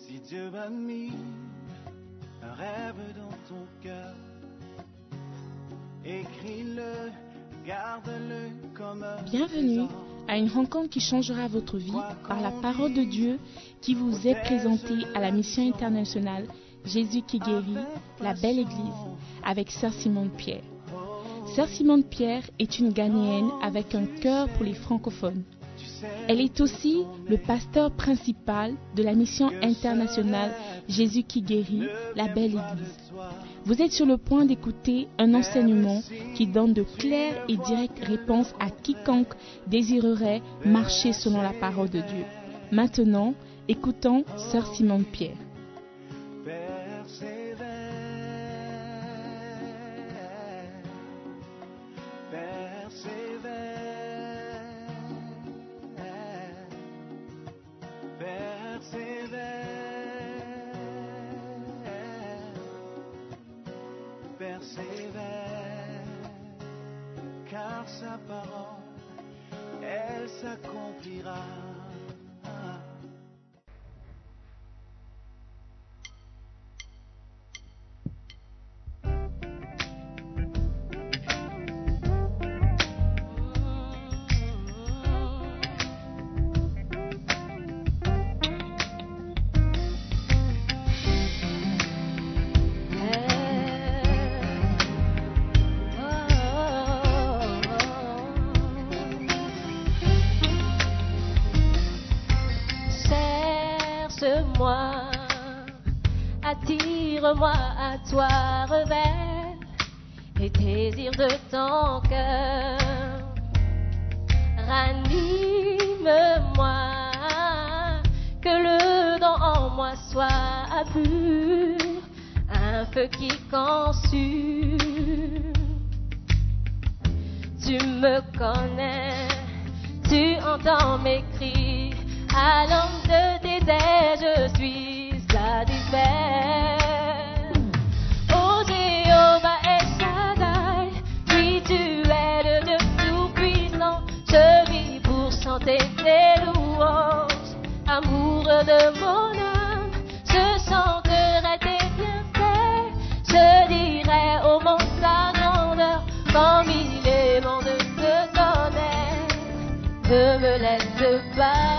Si Dieu a mis un rêve dans ton cœur, écris-le, garde-le comme un Bienvenue à une rencontre qui changera votre vie par la parole de Dieu qui vous est présentée à la mission internationale Jésus qui guérit, la belle église, avec Sœur Simone Pierre. Sœur Simone Pierre est une Ghanéenne avec un cœur pour les francophones. Elle est aussi le pasteur principal de la mission internationale Jésus qui guérit, la belle église. Vous êtes sur le point d'écouter un enseignement qui donne de claires et directes réponses à quiconque désirerait marcher selon la parole de Dieu. Maintenant, écoutons Sœur Simone Pierre. Persévère, car sa parole, elle s'accomplira. Attire-moi à toi, révèle les désirs de ton cœur. Ranime-moi, que le don en moi soit pur, un feu qui consume. Tu me connais, tu entends mes cris, à l'ombre de tes ailes je suis satisfait. Oh Jéhovah El Shaddai, oui tu es le Dieu tout-puissant. Je vis pour chanter tes louanges, amour de mon âme. Je chanterai tes bienfaits, je dirai au monde ta grandeur. Comme il est bon de te connaître, ne me laisse pas.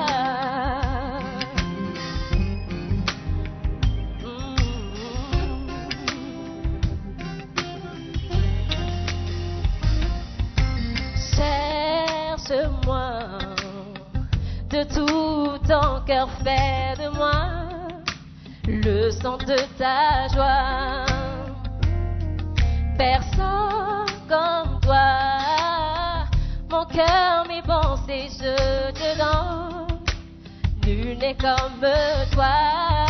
Moi, de tout ton cœur fais de moi le son de ta joie. Personne comme toi, mon cœur, mes pensées, je te donne. Nul n'est comme toi.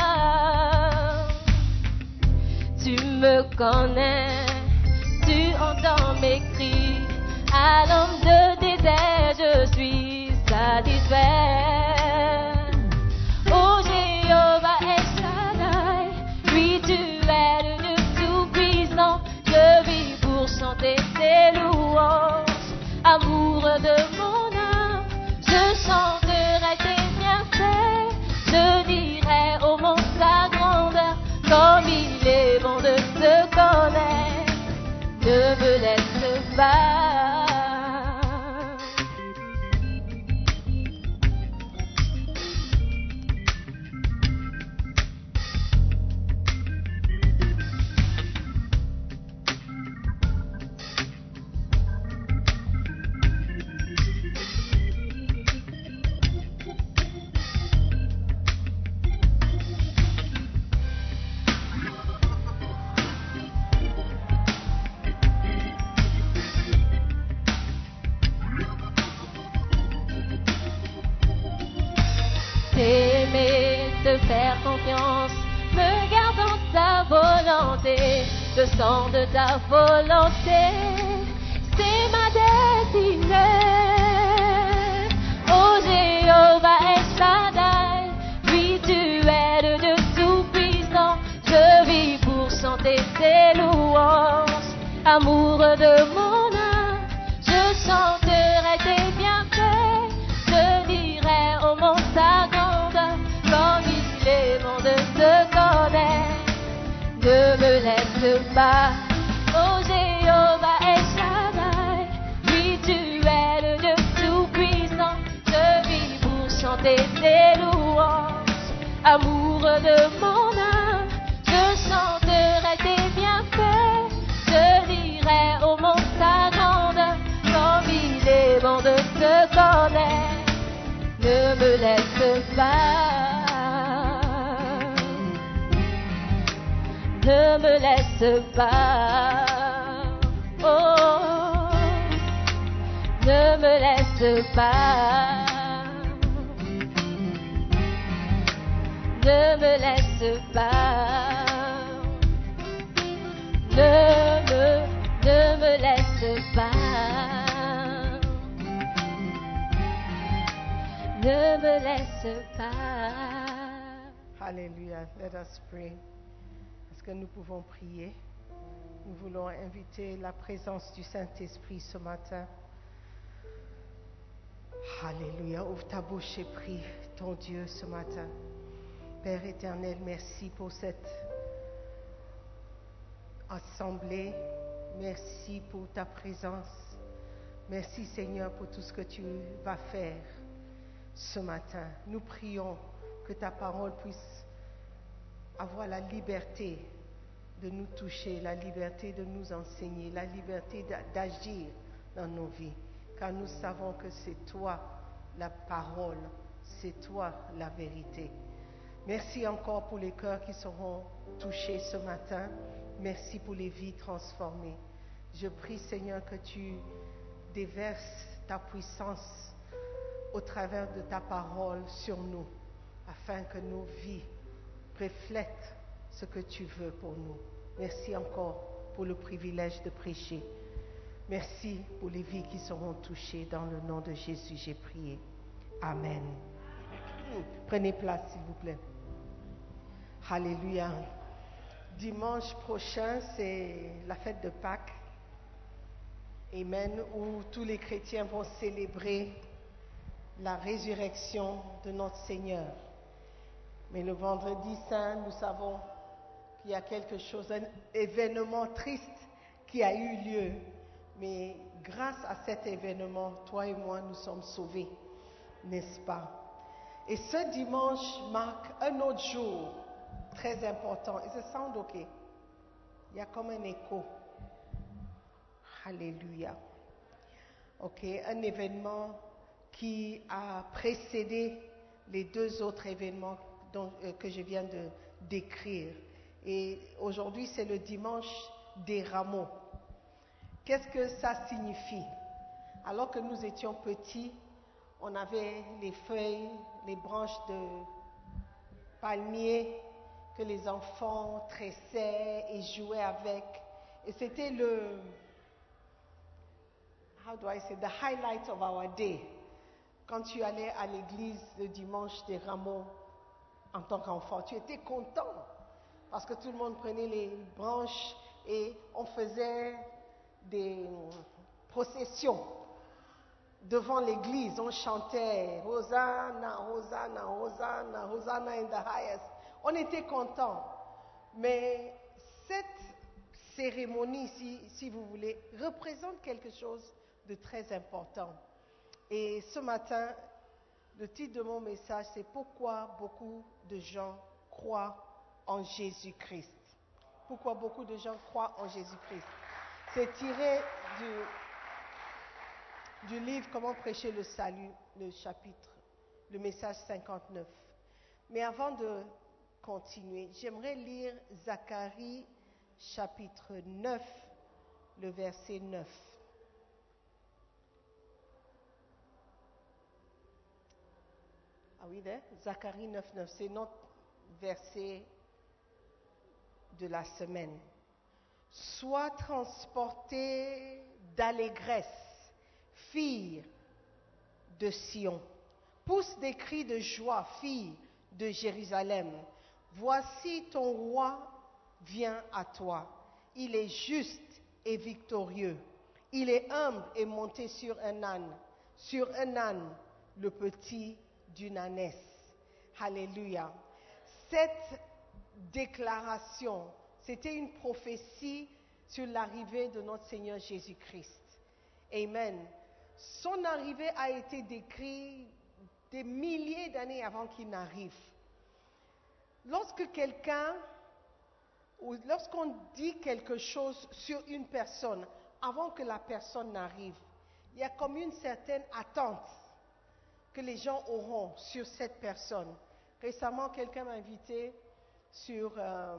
Tu me connais, tu entends mes cris. À l'ombre de tes ailes, je suis satisfait. Oh Jéhovah El Shaddai, oui tu es le Dieu tout-puissant. Je vis pour chanter tes louanges, amour de mon âme. Je chanterai tes bienfaits, je dirai au monde ta grandeur. Comme il est bon de te connaître, ne me laisse pas. T'aimer, te faire confiance, me garde dans ta volonté, le sang de ta volonté, c'est ma destinée. Oh Jéhovah El Shaddai, oui tu es le Dieu tout-puissant, je vis pour chanter tes louanges, amour de mon âme, je chanterai tes bienfaits, je dirai au monde ta grandeur, comme il est bon Ne me laisse pas, oh Jéhovah El Shaddai, oui tu es le Dieu tout-puissant, je vis pour chanter tes louanges, amour de mon âme, je chanterai tes bienfaits, je dirai au monde ta grandeur, comme il est bon de te connaître, ne me laisse pas. Ne me laisse pas, oh, ne me laisse pas, ne me laisse pas, ne me laisse pas, ne me laisse pas. Hallelujah. Let us pray. Est-ce que nous pouvons prier? Nous voulons inviter la présence du Saint-Esprit ce matin. Alléluia. Ouvre ta bouche et prie ton Dieu ce matin. Père éternel, merci pour cette assemblée. Merci pour ta présence. Merci Seigneur pour tout ce que tu vas faire ce matin. Nous prions que ta parole puisse avoir la liberté de nous toucher, la liberté de nous enseigner, la liberté d'agir dans nos vies. Car nous savons que c'est toi la parole, c'est toi la vérité. Merci encore pour les cœurs qui seront touchés ce matin. Merci pour les vies transformées. Je prie Seigneur que tu déverses ta puissance au travers de ta parole sur nous, afin que nos vies reflètent ce que tu veux pour nous. Merci encore pour le privilège de prêcher. Merci pour les vies qui seront touchées. Dans le nom de Jésus, j'ai prié. Amen. Prenez place, s'il vous plaît. Alléluia. Dimanche prochain, c'est la fête de Pâques. Amen. Où tous les chrétiens vont célébrer la résurrection de notre Seigneur. Mais le vendredi saint, nous savons qu'il y a quelque chose, un événement triste qui a eu lieu. Mais grâce à cet événement, toi et moi, nous sommes sauvés, n'est-ce pas? Et ce dimanche marque un autre jour très important. Is it sound okay? Il y a comme un écho. Alléluia. Ok, un événement qui a précédé les deux autres événements que je viens de décrire. Et aujourd'hui, c'est le dimanche des rameaux. Qu'est-ce que ça signifie? Alors que nous étions petits, on avait les feuilles, les branches de palmier que les enfants tressaient et jouaient avec. Et c'était the highlight of our day. Quand tu allais à l'église le dimanche des rameaux en tant qu'enfant, tu étais content parce que tout le monde prenait les branches et on faisait des processions devant l'église. On chantait Hosanna, Hosanna, Hosanna, Hosanna in the highest. On était content. Mais cette cérémonie, si vous voulez, représente quelque chose de très important. Et ce matin, le titre de mon message, c'est « Pourquoi beaucoup de gens croient en Jésus-Christ ». Pourquoi beaucoup de gens croient en Jésus-Christ. C'est tiré du livre « Comment prêcher le salut », le chapitre, le message 59. Mais avant de continuer, j'aimerais lire Zacharie chapitre 9, le verset 9. Ah oui, Zacharie 9, 9, c'est notre verset de la semaine. Sois transportée d'allégresse, fille de Sion. Pousse des cris de joie, fille de Jérusalem. Voici ton roi vient à toi. Il est juste et victorieux. Il est humble et monté sur un âne, le petit d'une ânesse. Alléluia. Cette déclaration, C'était une prophétie sur l'arrivée de notre Seigneur Jésus-Christ. Amen. Son arrivée a été décrite des milliers d'années avant qu'il n'arrive. Lorsqu'on dit quelque chose sur une personne avant que la personne n'arrive, il y a comme une certaine attente que les gens auront sur cette personne. Récemment, quelqu'un m'a invité sur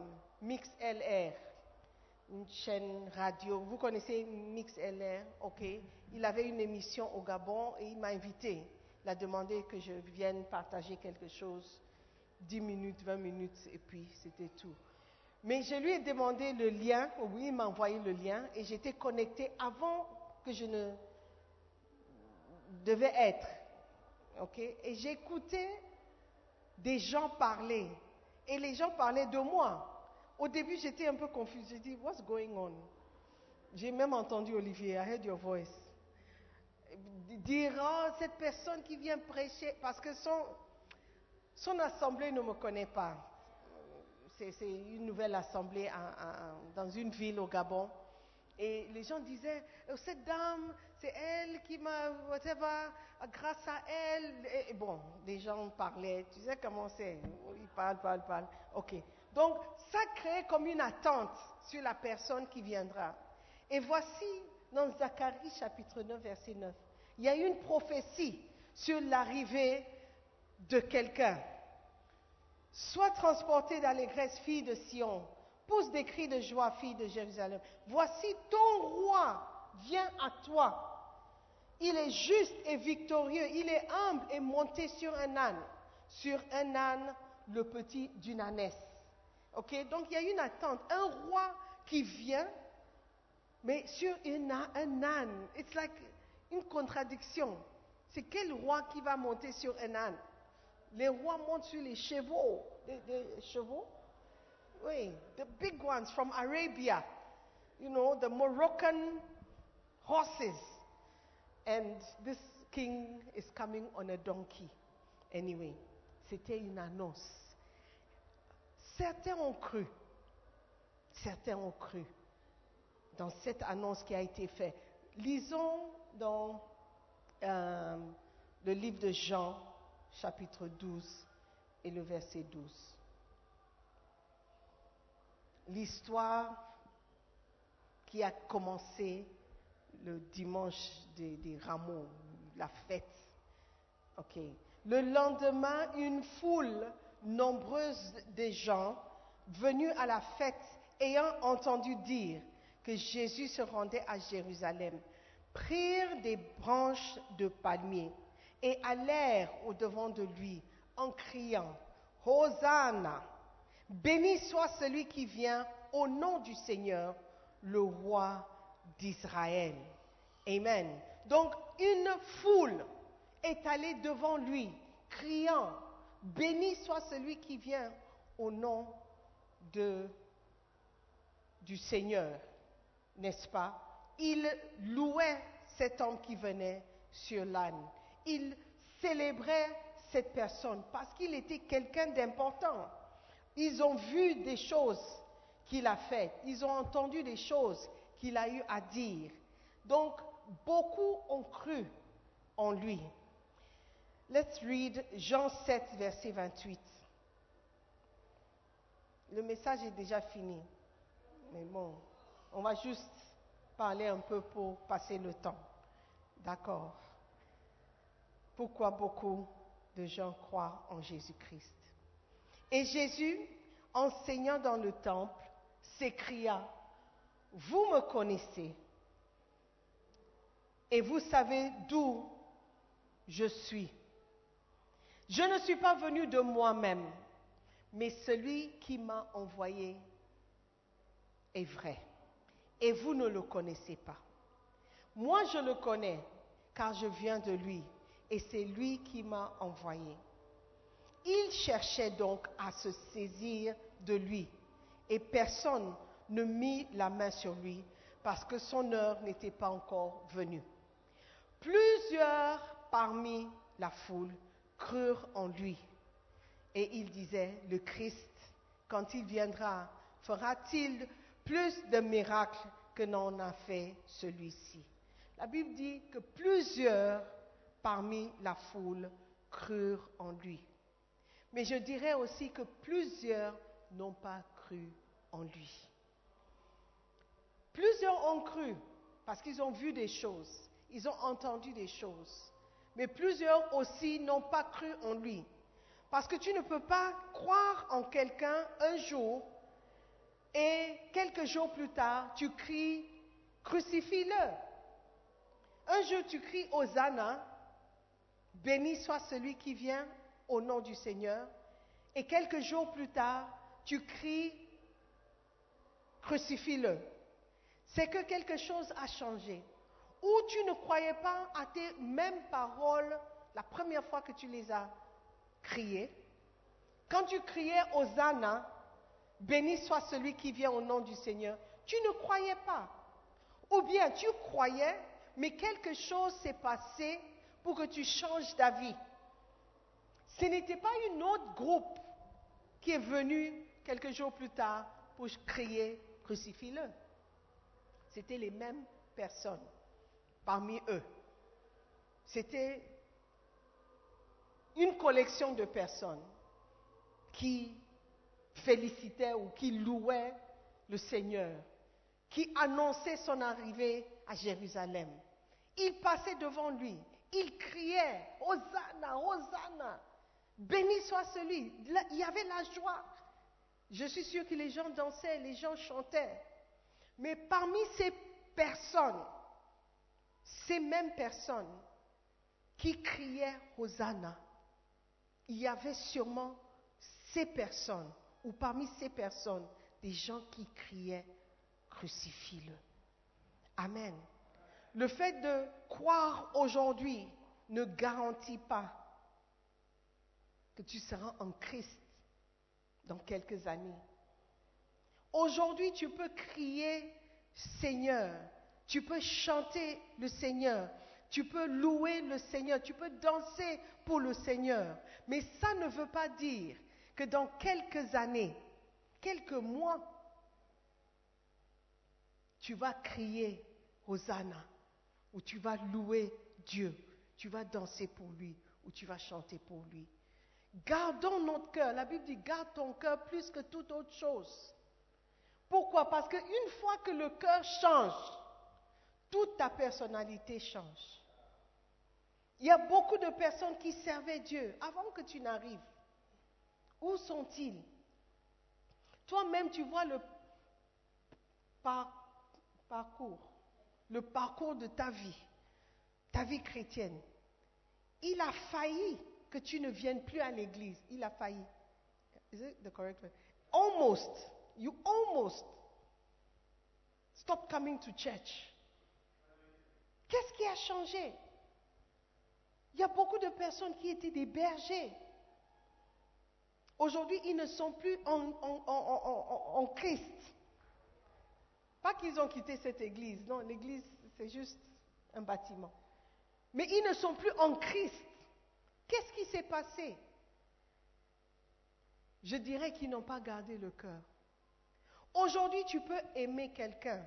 MixLR, une chaîne radio. Vous connaissez MixLR? Ok. Il avait une émission au Gabon et il m'a invité. Il a demandé que je vienne partager quelque chose, 10 minutes, 20 minutes, et puis c'était tout. Mais je lui ai demandé le lien, oui, il m'a envoyé le lien, et j'étais connectée avant que je ne devais être. Ok. Et j'écoutais des gens parler, et les gens parlaient de moi. Au début, j'étais un peu confuse. J'ai dit, what's going on? J'ai même entendu Olivier, I heard your voice. Dire, oh, cette personne qui vient prêcher, parce que son assemblée ne me connaît pas. C'est une nouvelle assemblée dans une ville au Gabon. Et les gens disaient, oh, cette dame, c'est elle qui m'a, whatever, grâce à elle. Et bon, les gens parlaient, tu sais comment c'est, ils parlent. Ok. Donc, ça crée comme une attente sur la personne qui viendra. Et voici, dans Zacharie chapitre 9, verset 9, il y a une prophétie sur l'arrivée de quelqu'un. Sois transportée d'allégresse, fille de Sion. Pousse des cris de joie, fille de Jérusalem. Voici ton roi vient à toi. Il est juste et victorieux. Il est humble et monté sur un âne. Sur un âne, le petit d'une ânesse. Ok, donc il y a une attente. Un roi qui vient, mais sur un âne. C'est like une contradiction. C'est quel roi qui va monter sur un âne? Les rois montent sur les chevaux. Des chevaux? Oui, the big ones from Arabia. You know, the Moroccan horses. And this king is coming on a donkey. Anyway, c'était une annonce. Certains ont cru dans cette annonce qui a été faite. Lisons dans le livre de Jean, chapitre 12 et le verset 12. L'histoire qui a commencé le dimanche des rameaux, la fête. Ok. Le lendemain, une foule nombreuse de gens venus à la fête, ayant entendu dire que Jésus se rendait à Jérusalem, prirent des branches de palmier et allèrent au-devant de lui en criant « Hosanna ! Béni soit celui qui vient au nom du Seigneur, le roi d'Israël. » Amen. Donc, une foule est allée devant lui, criant « Béni soit celui qui vient au nom du Seigneur. » N'est-ce pas? Il louait cet homme qui venait sur l'âne. Il célébrait cette personne parce qu'il était quelqu'un d'important. Ils ont vu des choses qu'il a faites. Ils ont entendu des choses qu'il a eu à dire. Donc, beaucoup ont cru en lui. Let's read Jean 7, verset 28. Le message est déjà fini. Mais bon, on va juste parler un peu pour passer le temps. D'accord. Pourquoi beaucoup de gens croient en Jésus-Christ? Et Jésus, enseignant dans le temple, s'écria, « Vous me connaissez et vous savez d'où je suis. Je ne suis pas venu de moi-même, mais celui qui m'a envoyé est vrai. Et vous ne le connaissez pas. Moi, je le connais, car je viens de lui, et c'est lui qui m'a envoyé. » Il cherchait donc à se saisir de lui, et personne ne mit la main sur lui, parce que son heure n'était pas encore venue. Plusieurs parmi la foule crurent en lui, et ils disaient, « Le Christ, quand il viendra, fera-t-il plus de miracles que n'en a fait celui-ci. La Bible dit que plusieurs parmi la foule crurent en lui. Mais je dirais aussi que plusieurs n'ont pas cru en lui. Plusieurs ont cru parce qu'ils ont vu des choses, ils ont entendu des choses. Mais plusieurs aussi n'ont pas cru en lui. Parce que tu ne peux pas croire en quelqu'un un jour et quelques jours plus tard, tu cries « Crucifie-le ». Un jour, tu cries « Hosanna », béni soit celui qui vient au nom du Seigneur. Et quelques jours plus tard, tu cries « Crucifie-le ». C'est que quelque chose a changé. Ou tu ne croyais pas à tes mêmes paroles la première fois que tu les as criées. Quand tu criais « Hosanna », béni soit celui qui vient au nom du Seigneur, tu ne croyais pas. Ou bien tu croyais, mais quelque chose s'est passé pour que tu changes d'avis. Ce n'était pas un autre groupe qui est venu quelques jours plus tard pour crier « Crucifie-le ». C'était les mêmes personnes parmi eux. C'était une collection de personnes qui félicitaient ou qui louaient le Seigneur, qui annonçaient son arrivée à Jérusalem. Ils passaient devant lui, ils criaient « Hosanna, Hosanna ». Béni soit celui. Il y avait la joie. Je suis sûre que les gens dansaient, les gens chantaient. Mais parmi ces personnes, ces mêmes personnes qui criaient Hosanna, il y avait sûrement ces personnes, ou parmi ces personnes, des gens qui criaient crucifie-le. Amen. Le fait de croire aujourd'hui ne garantit pas que tu seras en Christ dans quelques années. Aujourd'hui, tu peux crier Seigneur, tu peux chanter le Seigneur, tu peux louer le Seigneur, tu peux danser pour le Seigneur. Mais ça ne veut pas dire que dans quelques années, quelques mois, tu vas crier Hosanna, ou tu vas louer Dieu, tu vas danser pour lui, ou tu vas chanter pour lui. Gardons notre cœur. La Bible dit, garde ton cœur plus que toute autre chose. Pourquoi? Parce qu'une fois que le cœur change, toute ta personnalité change. Il y a beaucoup de personnes qui servaient Dieu avant que tu n'arrives. Où sont-ils? Toi-même, tu vois le parcours de ta vie chrétienne. Il a failli que tu ne viennes plus à l'église. Il a failli. Is it the correct word? Almost. You almost stopped coming to church. Qu'est-ce qui a changé? Il y a beaucoup de personnes qui étaient des bergers. Aujourd'hui, ils ne sont plus en Christ. Pas qu'ils ont quitté cette église. Non, l'église, c'est juste un bâtiment. Mais ils ne sont plus en Christ. Qu'est-ce qui s'est passé? Je dirais qu'ils n'ont pas gardé le cœur. Aujourd'hui, tu peux aimer quelqu'un.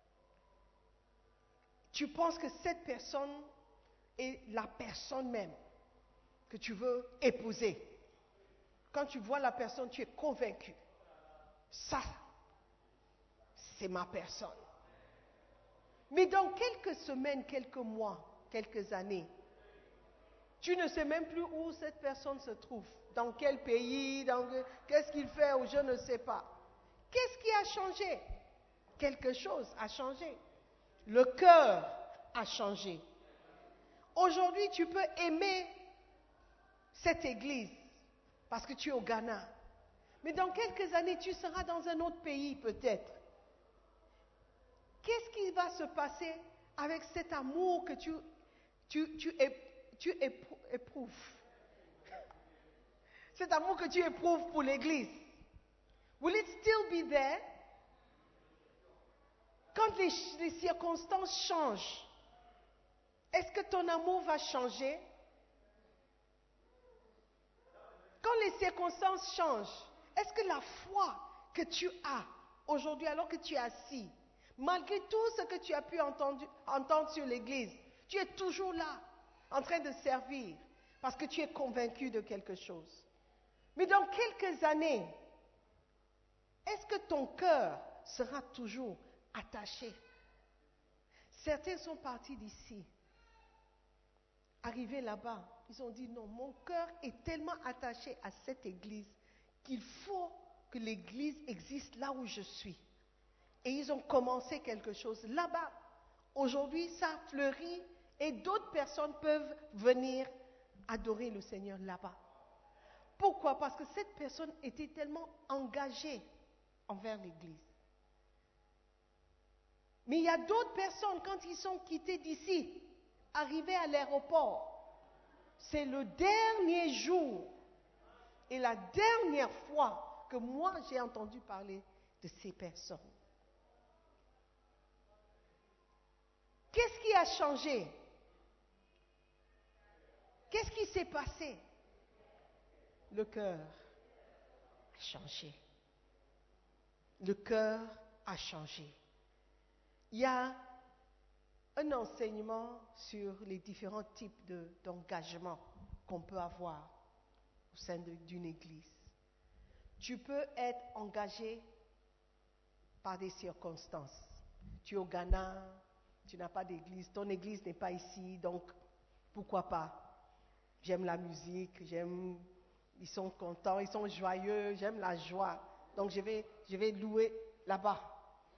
Tu penses que cette personne est la personne même que tu veux épouser. Quand tu vois la personne, tu es convaincu. Ça, c'est ma personne. Mais dans quelques semaines, quelques mois, quelques années, tu ne sais même plus où cette personne se trouve, dans quel pays, qu'est-ce qu'il fait ou je ne sais pas. Qu'est-ce qui a changé? Quelque chose a changé. Le cœur a changé. Aujourd'hui, tu peux aimer cette église parce que tu es au Ghana. Mais dans quelques années, tu seras dans un autre pays peut-être. Qu'est-ce qui va se passer avec cet amour que tu éprouves? Cet amour que tu éprouves pour l'église. Will it still be there? Quand les circonstances changent, est-ce que ton amour va changer? Quand les circonstances changent, est-ce que la foi que tu as aujourd'hui, alors que tu es assis, malgré tout ce que tu as pu entendre sur l'Église, tu es toujours là, en train de servir, parce que tu es convaincu de quelque chose. Mais dans quelques années, est-ce que ton cœur sera toujours attaché? Certains sont partis d'ici. Arrivés là-bas, ils ont dit non, mon cœur est tellement attaché à cette église qu'il faut que l'église existe là où je suis. Et ils ont commencé quelque chose là-bas. Aujourd'hui, ça fleurit et d'autres personnes peuvent venir adorer le Seigneur là-bas. Pourquoi? Parce que cette personne était tellement engagée envers l'église. Mais il y a d'autres personnes, quand ils sont quittés d'ici, arrivés à l'aéroport, c'est le dernier jour et la dernière fois que moi j'ai entendu parler de ces personnes. Qu'est-ce qui a changé? Qu'est-ce qui s'est passé? Le cœur a changé. Le cœur a changé. Il y a un enseignement sur les différents types d'engagement qu'on peut avoir au sein d'une église. Tu peux être engagé par des circonstances. Tu es au Ghana, tu n'as pas d'église, ton église n'est pas ici, donc pourquoi pas? J'aime la musique, ils sont contents, ils sont joyeux, j'aime la joie, donc je vais louer là-bas.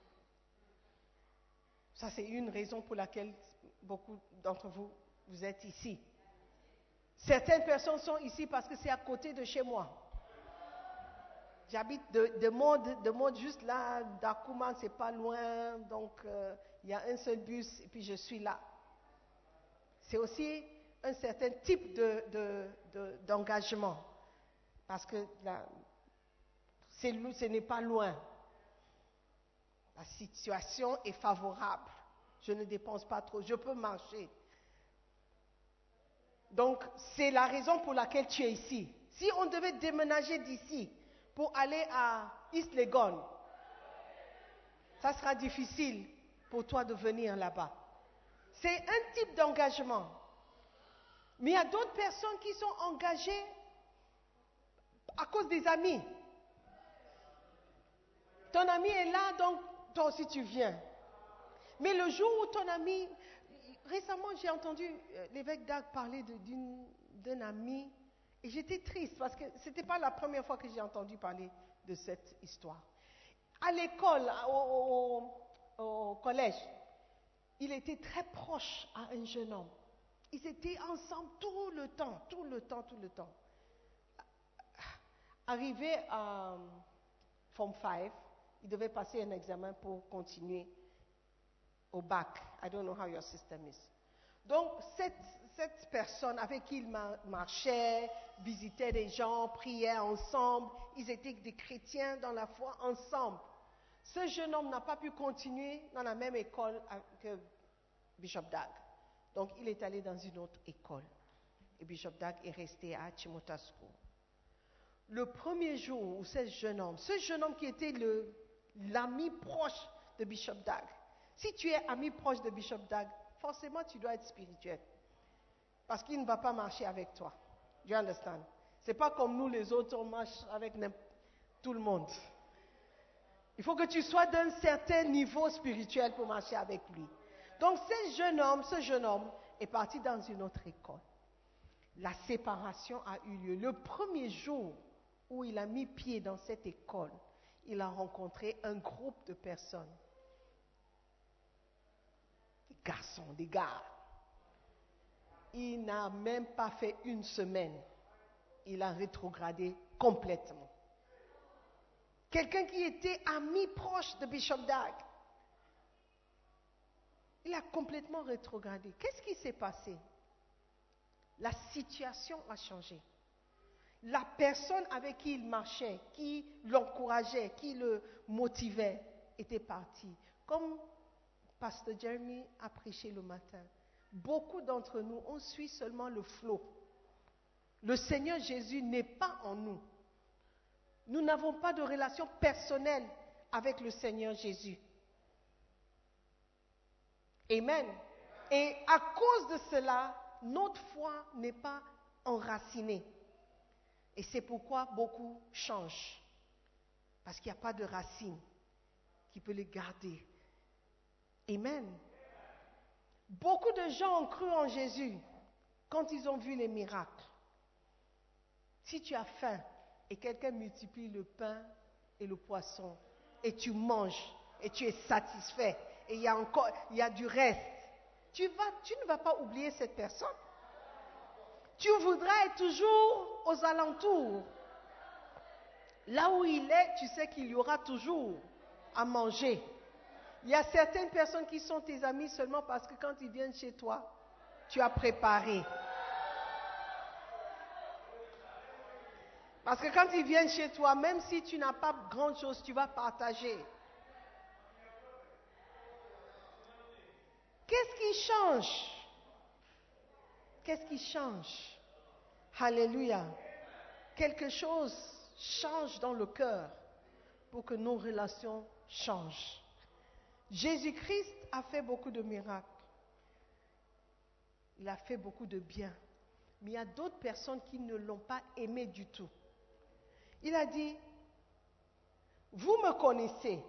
Ça, c'est une raison pour laquelle beaucoup d'entre vous, vous êtes ici. Certaines personnes sont ici parce que c'est à côté de chez moi. J'habite de Mode juste là, d'Akouma, c'est pas loin, donc il y a un seul bus et puis je suis là. C'est aussi un certain type d'engagement, parce que ce n'est pas loin. La situation est favorable. Je ne dépense pas trop. Je peux marcher. Donc, c'est la raison pour laquelle tu es ici. Si on devait déménager d'ici pour aller à East Legon, ça sera difficile pour toi de venir là-bas. C'est un type d'engagement. Mais il y a d'autres personnes qui sont engagées à cause des amis. Ton ami est là, donc toi aussi tu viens. Mais le jour où ton ami... Récemment, j'ai entendu l'évêque Dag parler d'un ami et j'étais triste parce que ce n'était pas la première fois que j'ai entendu parler de cette histoire. À l'école, au collège, il était très proche à un jeune homme. Ils étaient ensemble tout le temps. Arrivé à Form 5, il devait passer un examen pour continuer au bac. I don't know how your system is. Donc, cette personne avec qui il marchait, visitait des gens, priait ensemble, ils étaient des chrétiens dans la foi ensemble. Ce jeune homme n'a pas pu continuer dans la même école que Bishop Dag. Donc, il est allé dans une autre école. Et Bishop Dag est resté à Chimota School. Le premier jour où ce jeune homme qui était l'ami proche de Bishop Dag, si tu es ami proche de Bishop Dag, forcément tu dois être spirituel. Parce qu'il ne va pas marcher avec toi. Do you understand? C'est pas comme nous les autres, on marche avec tout le monde. Il faut que tu sois d'un certain niveau spirituel pour marcher avec lui. Donc ce jeune homme est parti dans une autre école. La séparation a eu lieu. Le premier jour où il a mis pied dans cette école, il a rencontré un groupe de personnes. Des garçons, des gars. Il n'a même pas fait une semaine. Il a rétrogradé complètement. Quelqu'un qui était ami proche de Bishop Dag, il a complètement rétrogradé. Qu'est-ce qui s'est passé? La situation a changé. La personne avec qui il marchait, qui l'encourageait, qui le motivait, était partie. Comme Pasteur Jeremy a prêché le matin, beaucoup d'entre nous, on suit seulement le flot. Le Seigneur Jésus n'est pas en nous. Nous n'avons pas de relation personnelle avec le Seigneur Jésus. Amen. Et à cause de cela, notre foi n'est pas enracinée. Et c'est pourquoi beaucoup changent. Parce qu'il n'y a pas de racine qui peut les garder. Amen. Beaucoup de gens ont cru en Jésus quand ils ont vu les miracles. Si tu as faim et quelqu'un multiplie le pain et le poisson et tu manges et tu es satisfait et il y a du reste, tu ne vas pas oublier cette personne. Tu voudras être toujours aux alentours. Là où il est, tu sais qu'il y aura toujours à manger. Il y a certaines personnes qui sont tes amis seulement parce que quand ils viennent chez toi, tu as préparé. Parce que quand ils viennent chez toi, même si tu n'as pas grand chose, tu vas partager. Qu'est-ce qui change? Qu'est-ce qui change? Alléluia. Quelque chose change dans le cœur pour que nos relations changent. Jésus-Christ a fait beaucoup de miracles. Il a fait beaucoup de bien. Mais il y a d'autres personnes qui ne l'ont pas aimé du tout. Il a dit, vous me connaissez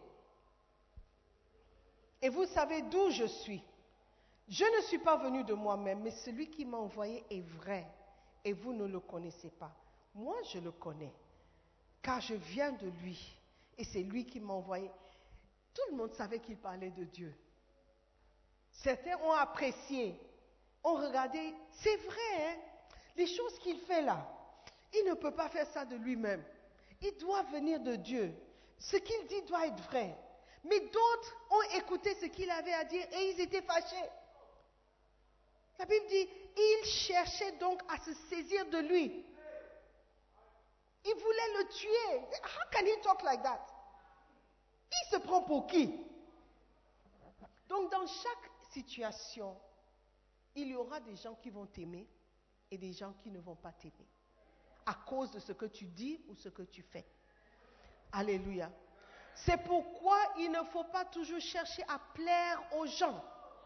et vous savez d'où je suis. Je ne suis pas venu de moi-même, mais celui qui m'a envoyé est vrai et vous ne le connaissez pas. Moi, je le connais, car je viens de lui et c'est lui qui m'a envoyé. Tout le monde savait qu'il parlait de Dieu. Certains ont apprécié, ont regardé, c'est vrai, hein, les choses qu'il fait là, il ne peut pas faire ça de lui-même. Il doit venir de Dieu. Ce qu'il dit doit être vrai. Mais d'autres ont écouté ce qu'il avait à dire et ils étaient fâchés. La Bible dit, ils cherchaient donc à se saisir de lui. Ils voulaient le tuer. How can he talk like that? Il se prend pour qui? Donc dans chaque situation, il y aura des gens qui vont t'aimer et des gens qui ne vont pas t'aimer. À cause de ce que tu dis ou ce que tu fais. Alléluia. C'est pourquoi il ne faut pas toujours chercher à plaire aux gens.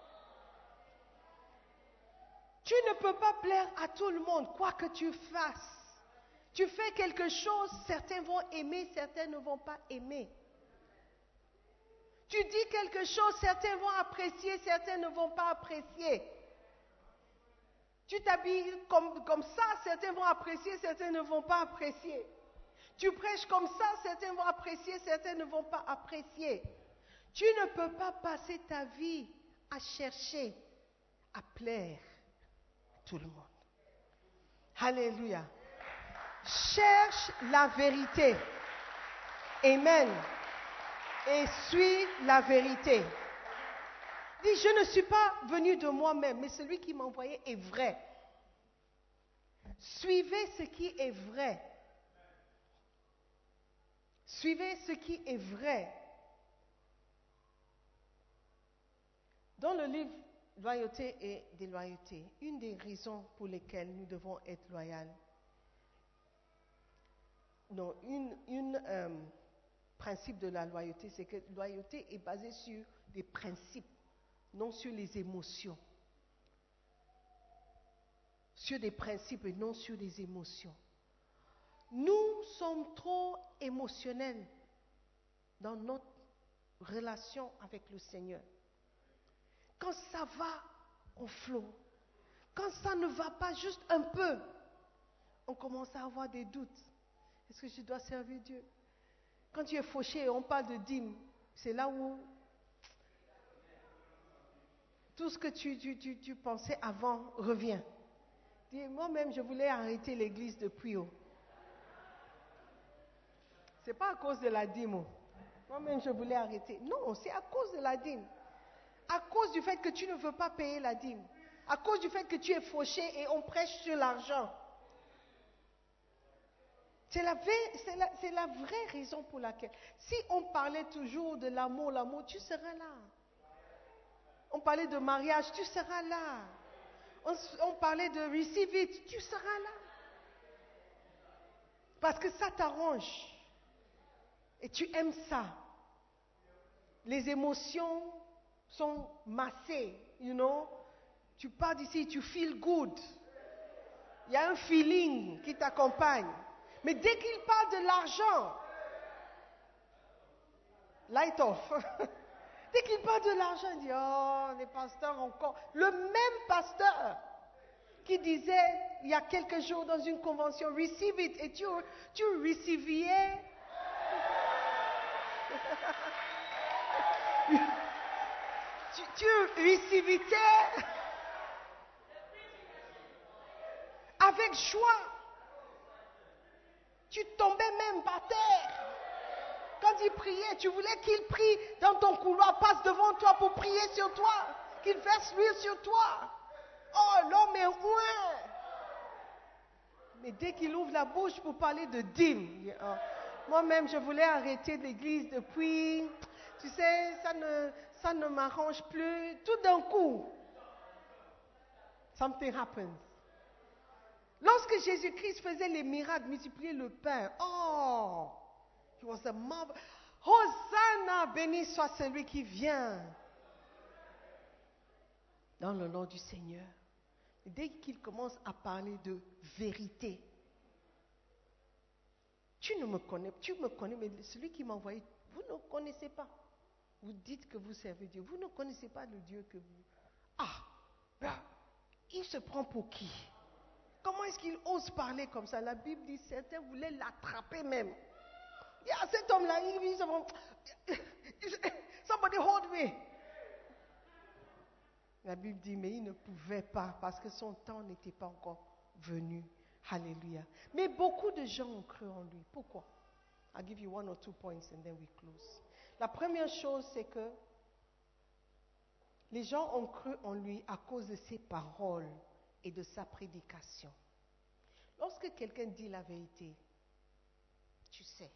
Tu ne peux pas plaire à tout le monde, quoi que tu fasses. Tu fais quelque chose, certains vont aimer, certains ne vont pas aimer. Tu dis quelque chose, certains vont apprécier, certains ne vont pas apprécier. Tu t'habilles comme ça, certains vont apprécier, certains ne vont pas apprécier. Tu prêches comme ça, certains vont apprécier, certains ne vont pas apprécier. Tu ne peux pas passer ta vie à chercher à plaire à tout le monde. Alléluia. Cherche la vérité. Amen. Et suis la vérité. Dis, je ne suis pas venu de moi-même, mais celui qui m'a envoyé est vrai. Suivez ce qui est vrai. Suivez ce qui est vrai. Dans le livre Loyauté et déloyauté, une des raisons pour lesquelles nous devons être loyaux, principe de la loyauté, c'est que la loyauté est basée sur des principes, non sur les émotions. Sur des principes et non sur des émotions. Nous sommes trop émotionnels dans notre relation avec le Seigneur. Quand ça va, on flotte. Quand ça ne va pas juste un peu, on commence à avoir des doutes. Est-ce que je dois servir Dieu? Quand tu es fauché et on parle de dîme, c'est là où tout ce que tu pensais avant revient. Dis, moi-même, je voulais arrêter l'église de Puyo. Ce n'est pas à cause de la dîme. Moi-même, je voulais arrêter. Non, c'est à cause de la dîme. À cause du fait que tu ne veux pas payer la dîme. À cause du fait que tu es fauché et on prêche sur l'argent. C'est la vraie raison pour laquelle. Si on parlait toujours de l'amour, tu seras là. On parlait de mariage, tu seras là. On parlait de receive it, tu seras là. Parce que ça t'arrange. Et tu aimes ça. les émotions sont massées, you know. Tu pars d'ici, tu feel good. Il y a un feeling qui t'accompagne. Mais dès qu'il parle de l'argent, light off. Dès qu'il parle de l'argent, il dit, oh, les pasteurs encore. Le même pasteur qui disait, il y a quelques jours dans une convention, receive it, et tu receviez. tu recevais avec joie. Tu tombais même par terre. Quand il priait, tu voulais qu'il prie dans ton couloir, passe devant toi pour prier sur toi, qu'il verse l'huile sur toi. Oh, l'homme est loin. Mais dès qu'il ouvre la bouche pour parler de dîmes, oh, moi-même, je voulais arrêter l'église depuis, tu sais, ça ne m'arrange plus. Tout d'un coup, something happens. Lorsque Jésus-Christ faisait les miracles, multiplier le pain, oh, he was a marvel. Hosanna, béni soit celui qui vient dans le nom du Seigneur. Dès qu'il commence à parler de vérité, tu me connais, mais celui qui m'a envoyé, vous ne connaissez pas. Vous dites que vous servez Dieu, vous ne connaissez pas le Dieu que vous... Il se prend pour qui? Comment est-ce qu'il ose parler comme ça? La Bible dit, certains voulaient l'attraper même. Il y a cet homme-là, il dit, somebody hold me. La Bible dit, mais il ne pouvait pas parce que son temps n'était pas encore venu. Alléluia. Mais beaucoup de gens ont cru en lui. Pourquoi? I'll give you 1 or 2 points and then we close. La première chose, c'est que les gens ont cru en lui à cause de ses paroles et de sa prédication. Lorsque quelqu'un dit la vérité, tu sais,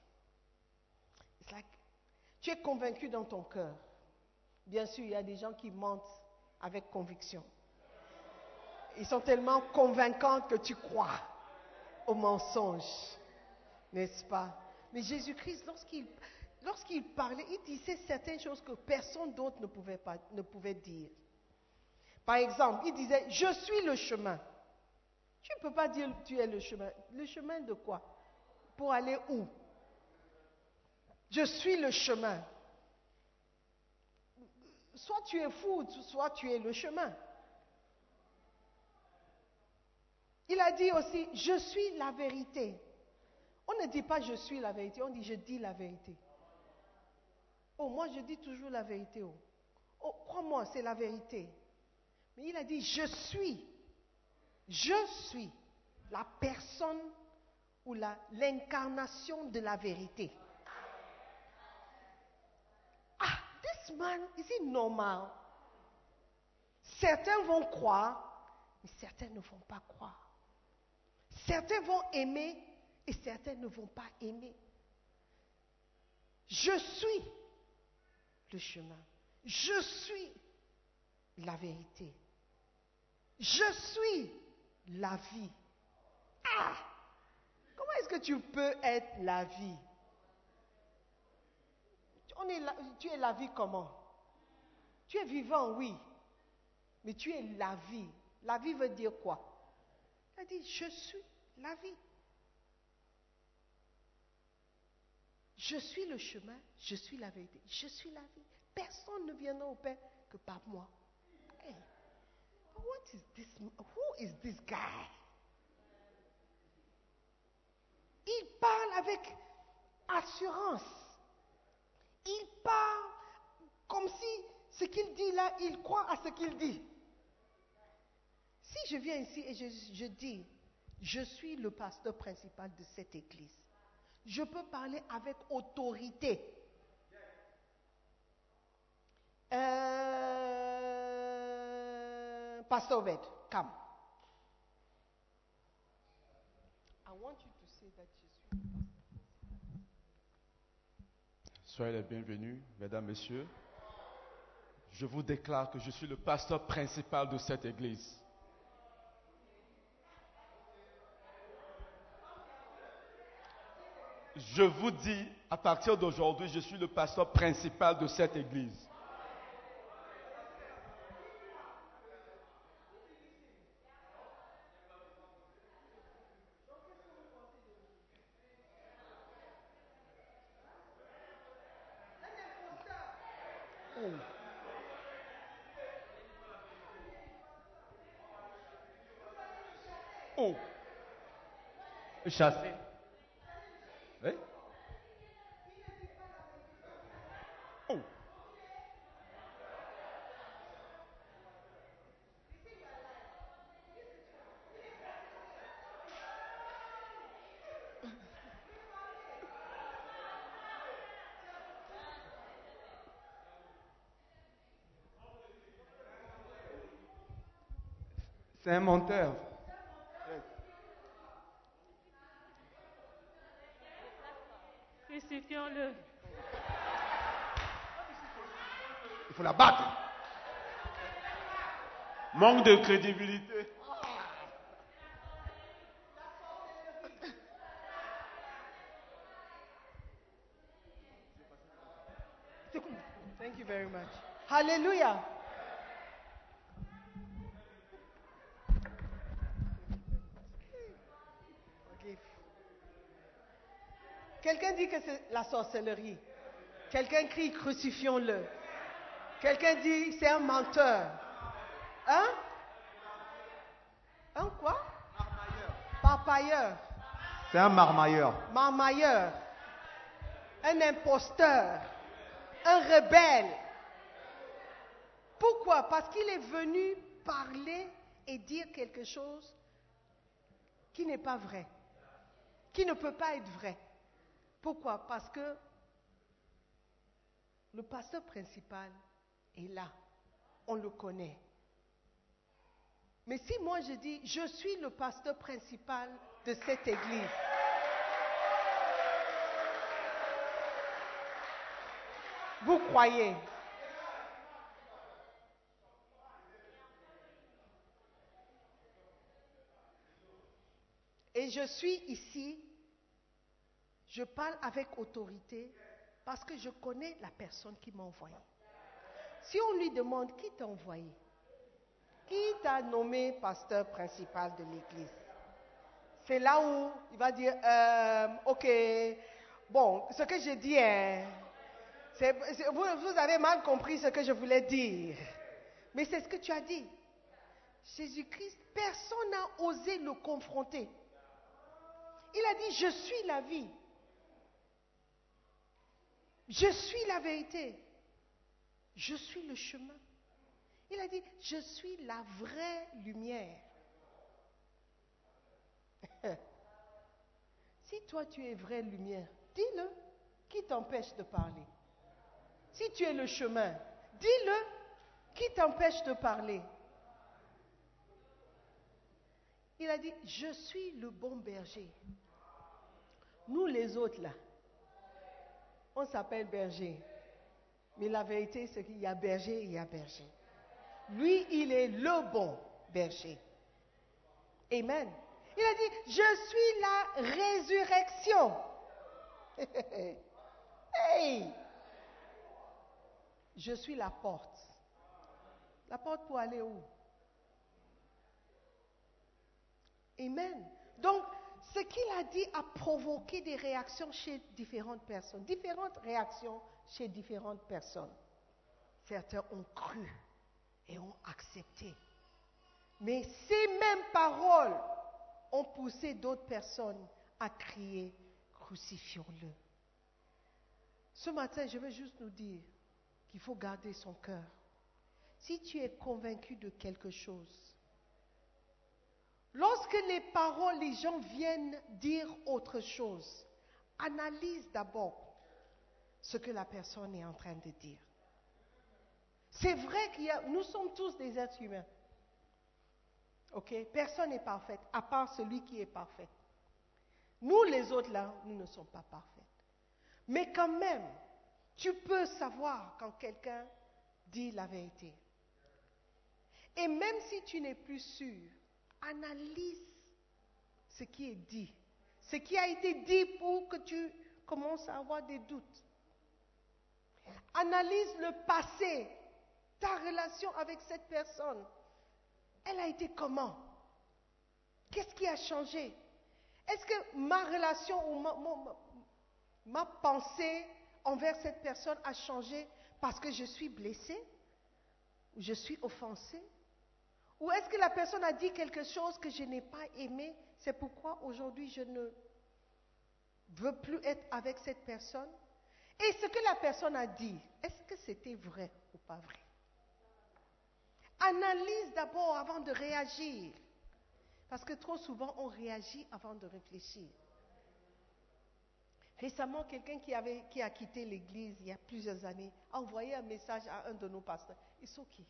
tu es convaincu dans ton cœur. Bien sûr, il y a des gens qui mentent avec conviction. Ils sont tellement convaincants que tu crois au mensonge, n'est-ce pas? Mais Jésus-Christ, lorsqu'il parlait, il disait certaines choses que personne d'autre ne pouvait dire. Par exemple, il disait, je suis le chemin. Tu ne peux pas dire tu es le chemin. Le chemin de quoi? Pour aller où? Je suis le chemin. Soit tu es fou, soit tu es le chemin. Il a dit aussi, je suis la vérité. On ne dit pas je suis la vérité, on dit je dis la vérité. Oh, moi je dis toujours la vérité. Oh, crois-moi, c'est la vérité. Mais il a dit, je suis la personne ou l'incarnation de la vérité. This man, is it normal? Certains vont croire, mais certains ne vont pas croire. Certains vont aimer et certains ne vont pas aimer. Je suis le chemin. Je suis la vérité. Je suis la vie. Comment est-ce que tu peux être la vie? Tu es la vie comment? Tu es vivant, oui. Mais tu es la vie. La vie veut dire quoi? Il a dit, je suis la vie. Je suis le chemin, je suis la vérité, je suis la vie. Personne ne viendra au Père que par moi. Hey, what is this? Who is this guy? Il parle avec assurance. Il parle comme si ce qu'il dit là, il croit à ce qu'il dit. Si je viens ici et je dis, je suis le pasteur principal de cette église, je peux parler avec autorité. Pastor Obed, come. I want you to say that je suis le pasteur. Soyez les bienvenus, mesdames, messieurs. Je vous déclare que je suis le pasteur principal de cette église. Je vous dis À partir d'aujourd'hui, je suis le pasteur principal de cette église. Oh. Chasser. Oui? Oh. C'est un menteur. Crucifions-le. Il faut la battre. Manque de crédibilité. Thank you very much. Hallelujah. Okay. Quelqu'un dit que c'est la sorcellerie. Quelqu'un crie crucifions-le. Quelqu'un dit c'est un menteur. Hein? Un quoi? Parpailleur. C'est un marmailleur. Marmailleur. Un imposteur. Un rebelle. Pourquoi? Parce qu'il est venu parler et dire quelque chose qui n'est pas vrai. Qui ne peut pas être vrai. Pourquoi? Parce que le pasteur principal est là. On le connaît. Mais si moi je dis, je suis le pasteur principal de cette église, vous croyez? Et je suis ici, je parle avec autorité parce que je connais la personne qui m'a envoyé. Si on lui demande qui t'a envoyé, qui t'a nommé pasteur principal de l'église, c'est là où il va dire, ok, bon, ce que je dis, vous avez mal compris ce que je voulais dire. Mais c'est ce que tu as dit. Jésus-Christ, personne n'a osé le confronter. Il a dit, je suis la vie. Je suis la vérité. Je suis le chemin. Il a dit, je suis la vraie lumière. Si toi tu es vraie lumière, dis-le. Qui t'empêche de parler? Si tu es le chemin, dis-le. Qui t'empêche de parler? Il a dit, je suis le bon berger. Nous les autres là, on s'appelle berger. Mais la vérité, c'est qu'il y a berger et il y a berger. Lui, il est le bon berger. Amen. Il a dit, je suis la résurrection. Hey! Je suis la porte. La porte pour aller où? Amen. Donc, ce qu'il a dit a provoqué des réactions chez différentes personnes. Différentes réactions chez différentes personnes. Certains ont cru et ont accepté. Mais ces mêmes paroles ont poussé d'autres personnes à crier « Crucifions-le ». Ce matin, je veux juste nous dire qu'il faut garder son cœur. Si tu es convaincu de quelque chose, lorsque les paroles, les gens viennent dire autre chose, analyse d'abord ce que la personne est en train de dire. C'est vrai nous sommes tous des êtres humains. Ok? Personne n'est parfait, à part celui qui est parfait. Nous, les autres là, nous ne sommes pas parfaits. Mais quand même, tu peux savoir quand quelqu'un dit la vérité. Et même si tu n'es plus sûr, analyse ce qui est dit. Ce qui a été dit pour que tu commences à avoir des doutes. Analyse le passé, ta relation avec cette personne. Elle a été comment? Qu'est-ce qui a changé? Est-ce que ma relation ou ma pensée envers cette personne a changé parce que je suis blessée? Ou je suis offensée? Ou est-ce que la personne a dit quelque chose que je n'ai pas aimé? C'est pourquoi aujourd'hui je ne veux plus être avec cette personne? Et ce que la personne a dit, est-ce que c'était vrai ou pas vrai? Analyse d'abord avant de réagir. Parce que trop souvent, on réagit avant de réfléchir. Récemment, quelqu'un qui a quitté l'église il y a plusieurs années a envoyé un message à un de nos pasteurs. It's okay.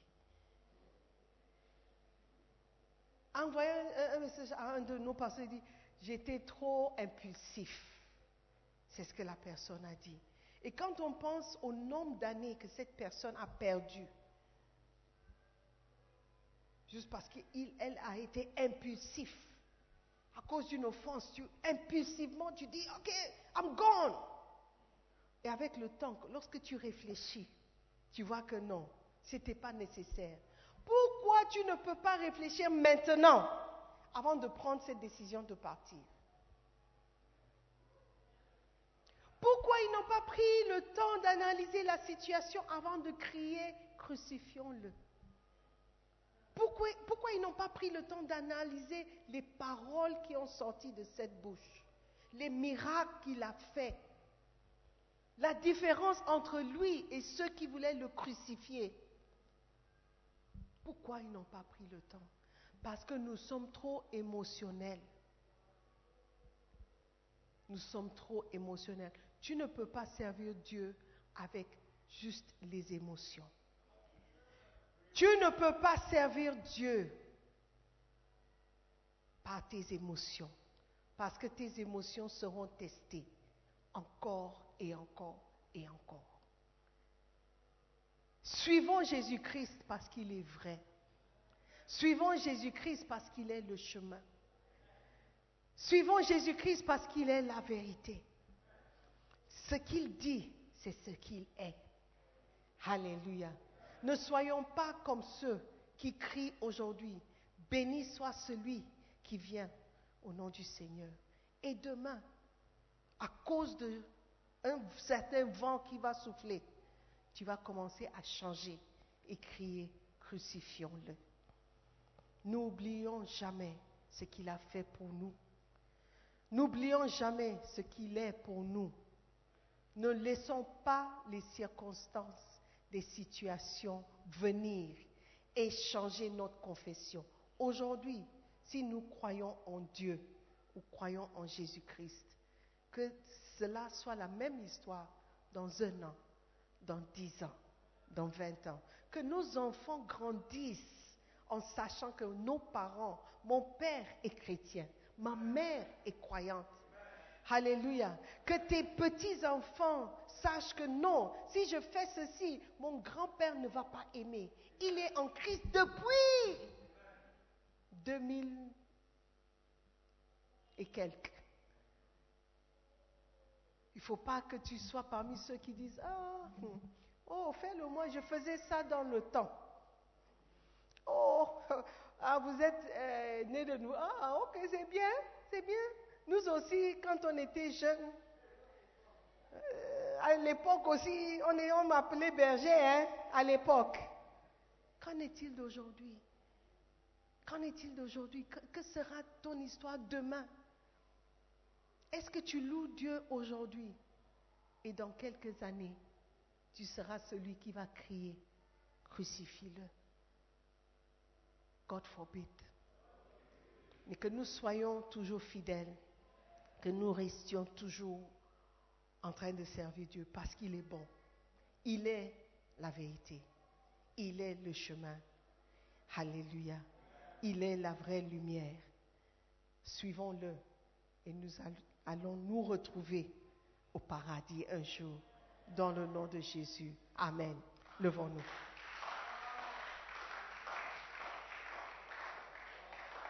A envoyé un message à un de nos pasteurs. Il dit, j'étais trop impulsif. C'est ce que la personne a dit. Et quand on pense au nombre d'années que cette personne a perdu, juste parce qu'elle a été impulsif, à cause d'une offense, impulsivement tu dis, ok, I'm gone. Et avec le temps, lorsque tu réfléchis, tu vois que non, ce n'était pas nécessaire. Pourquoi tu ne peux pas réfléchir maintenant avant de prendre cette décision de partir? Pourquoi ils n'ont pas pris le temps d'analyser la situation avant de crier « crucifions-le » ? Pourquoi ils n'ont pas pris le temps d'analyser les paroles qui ont sorti de cette bouche, les miracles qu'il a faits, la différence entre lui et ceux qui voulaient le crucifier? Pourquoi ils n'ont pas pris le temps? Parce que nous sommes trop émotionnels. Nous sommes trop émotionnels. Tu ne peux pas servir Dieu avec juste les émotions. Tu ne peux pas servir Dieu par tes émotions, parce que tes émotions seront testées encore et encore et encore. Suivons Jésus-Christ parce qu'il est vrai. Suivons Jésus-Christ parce qu'il est le chemin. Suivons Jésus-Christ parce qu'il est la vérité. Ce qu'il dit, c'est ce qu'il est. Alléluia. Ne soyons pas comme ceux qui crient aujourd'hui, béni soit celui qui vient au nom du Seigneur. Et demain, à cause d'un certain vent qui va souffler, tu vas commencer à changer et crier, crucifions-le. N'oublions jamais ce qu'il a fait pour nous. N'oublions jamais ce qu'il est pour nous. Ne laissons pas les circonstances, les situations venir et changer notre confession. Aujourd'hui, si nous croyons en Dieu ou croyons en Jésus-Christ, que cela soit la même histoire dans 1 an, dans 10 ans, dans 20 ans. Que nos enfants grandissent en sachant que nos parents, mon père est chrétien, ma mère est croyante. Alléluia. Que tes petits-enfants sachent que non, si je fais ceci, mon grand-père ne va pas aimer. Il est en Christ depuis 2000 et quelques. Il ne faut pas que tu sois parmi ceux qui disent « oh, fais-le moi, je faisais ça dans le temps. Oh, vous êtes né de nous. Ah, ok, c'est bien, c'est bien. Nous aussi, quand on était jeunes, à l'époque aussi, on m'appelait berger, à l'époque. Qu'en est-il d'aujourd'hui? Qu'en est-il d'aujourd'hui? Que sera ton histoire demain? Est-ce que tu loues Dieu aujourd'hui? Et dans quelques années, tu seras celui qui va crier, crucifie-le. God forbid. Mais que nous soyons toujours fidèles, que nous restions toujours en train de servir Dieu parce qu'il est bon. Il est la vérité. Il est le chemin. Alléluia. Il est la vraie lumière. Suivons-le et nous allons nous retrouver au paradis un jour dans le nom de Jésus. Amen. Levons-nous.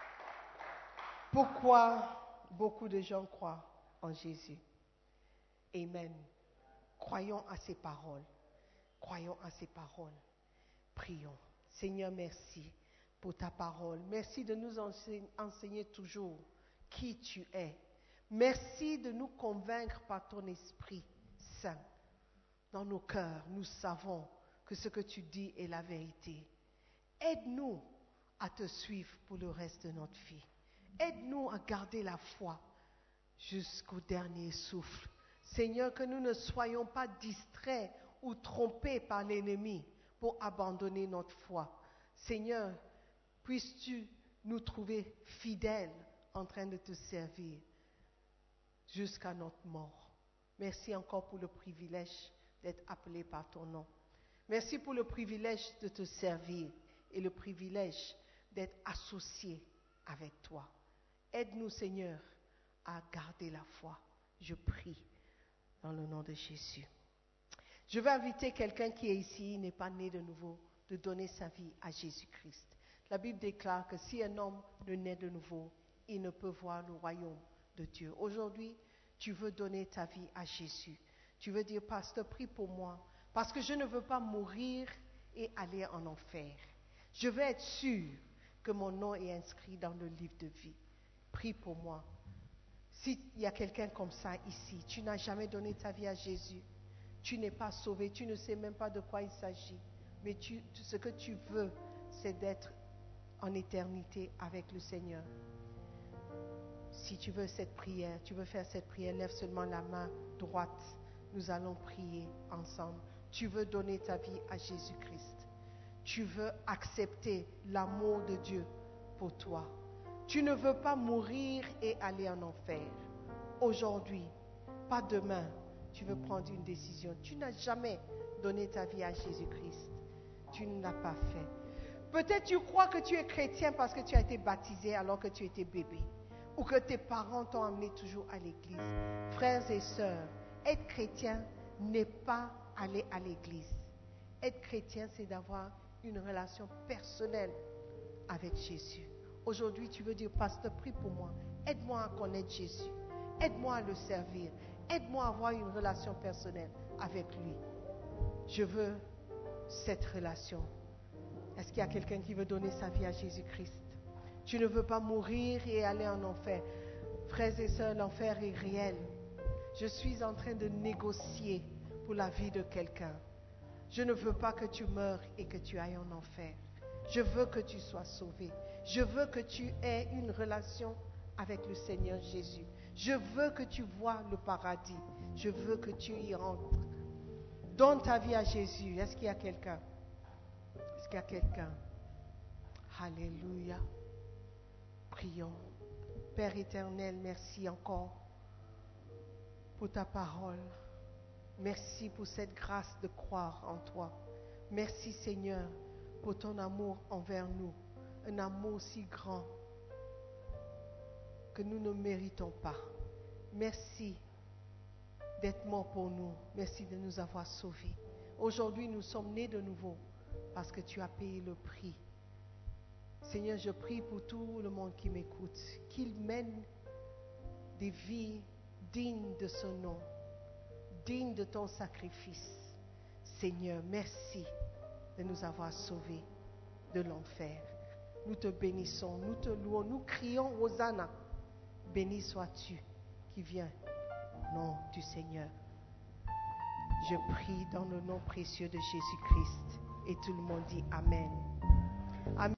Pourquoi beaucoup de gens croient en Jésus? Amen. Croyons à ces paroles. Croyons à ces paroles. Prions. Seigneur, merci pour ta parole. Merci de nous enseigner toujours qui tu es. Merci de nous convaincre par ton Esprit Saint. Dans nos cœurs, nous savons que ce que tu dis est la vérité. Aide-nous à te suivre pour le reste de notre vie. Aide-nous à garder la foi jusqu'au dernier souffle. Seigneur, que nous ne soyons pas distraits ou trompés par l'ennemi pour abandonner notre foi. Seigneur, puisses-tu nous trouver fidèles en train de te servir jusqu'à notre mort. Merci encore pour le privilège d'être appelé par ton nom. Merci pour le privilège de te servir et le privilège d'être associé avec toi. Aide-nous, Seigneur, à garder la foi. Je prie dans le nom de Jésus. Je vais inviter quelqu'un qui est ici, n'est pas né de nouveau, de donner sa vie à Jésus-Christ. La Bible déclare que si un homme ne naît de nouveau, il ne peut voir le royaume de Dieu. Aujourd'hui, tu veux donner ta vie à Jésus. Tu veux dire, pasteur, prie pour moi, parce que je ne veux pas mourir et aller en enfer. Je veux être sûr que mon nom est inscrit dans le livre de vie. Prie pour moi. S'il y a quelqu'un comme ça ici, tu n'as jamais donné ta vie à Jésus, tu n'es pas sauvé, tu ne sais même pas de quoi il s'agit, mais ce que tu veux, c'est d'être en éternité avec le Seigneur. Si tu veux cette prière, tu veux faire cette prière, lève seulement la main droite. Nous allons prier ensemble. Tu veux donner ta vie à Jésus-Christ. Tu veux accepter l'amour de Dieu pour toi. Tu ne veux pas mourir et aller en enfer. Aujourd'hui, pas demain, tu veux prendre une décision. Tu n'as jamais donné ta vie à Jésus-Christ. Tu ne l'as pas fait. Peut-être tu crois que tu es chrétien parce que tu as été baptisé alors que tu étais bébé. Ou que tes parents t'ont amené toujours à l'église. Frères et sœurs, être chrétien n'est pas aller à l'église. Être chrétien, c'est d'avoir une relation personnelle avec Jésus. Aujourd'hui, tu veux dire, pasteur, prie pour moi. Aide-moi à connaître Jésus. Aide-moi à le servir. Aide-moi à avoir une relation personnelle avec lui. Je veux cette relation. Est-ce qu'il y a quelqu'un qui veut donner sa vie à Jésus-Christ? Tu ne veux pas mourir et aller en enfer. Frères et sœurs, l'enfer est réel. Je suis en train de négocier pour la vie de quelqu'un. Je ne veux pas que tu meures et que tu ailles en enfer. Je veux que tu sois sauvé. Je veux que tu aies une relation avec le Seigneur Jésus. Je veux que tu vois le paradis. Je veux que tu y rentres. Donne ta vie à Jésus. Est-ce qu'il y a quelqu'un? Est-ce qu'il y a quelqu'un? Alléluia. Prions. Père éternel, merci encore pour ta parole. Merci pour cette grâce de croire en toi. Merci Seigneur pour ton amour envers nous. Un amour si grand que nous ne méritons pas. Merci d'être mort pour nous. Merci de nous avoir sauvés. Aujourd'hui, nous sommes nés de nouveau parce que tu as payé le prix. Seigneur, je prie pour tout le monde qui m'écoute, qu'ils mènent des vies dignes de ce nom, dignes de ton sacrifice. Seigneur, merci de nous avoir sauvés de l'enfer. Nous te bénissons, nous te louons, nous crions Hosanna. Béni sois-tu qui viens au nom du Seigneur. Je prie dans le nom précieux de Jésus-Christ. Et tout le monde dit Amen. Amen.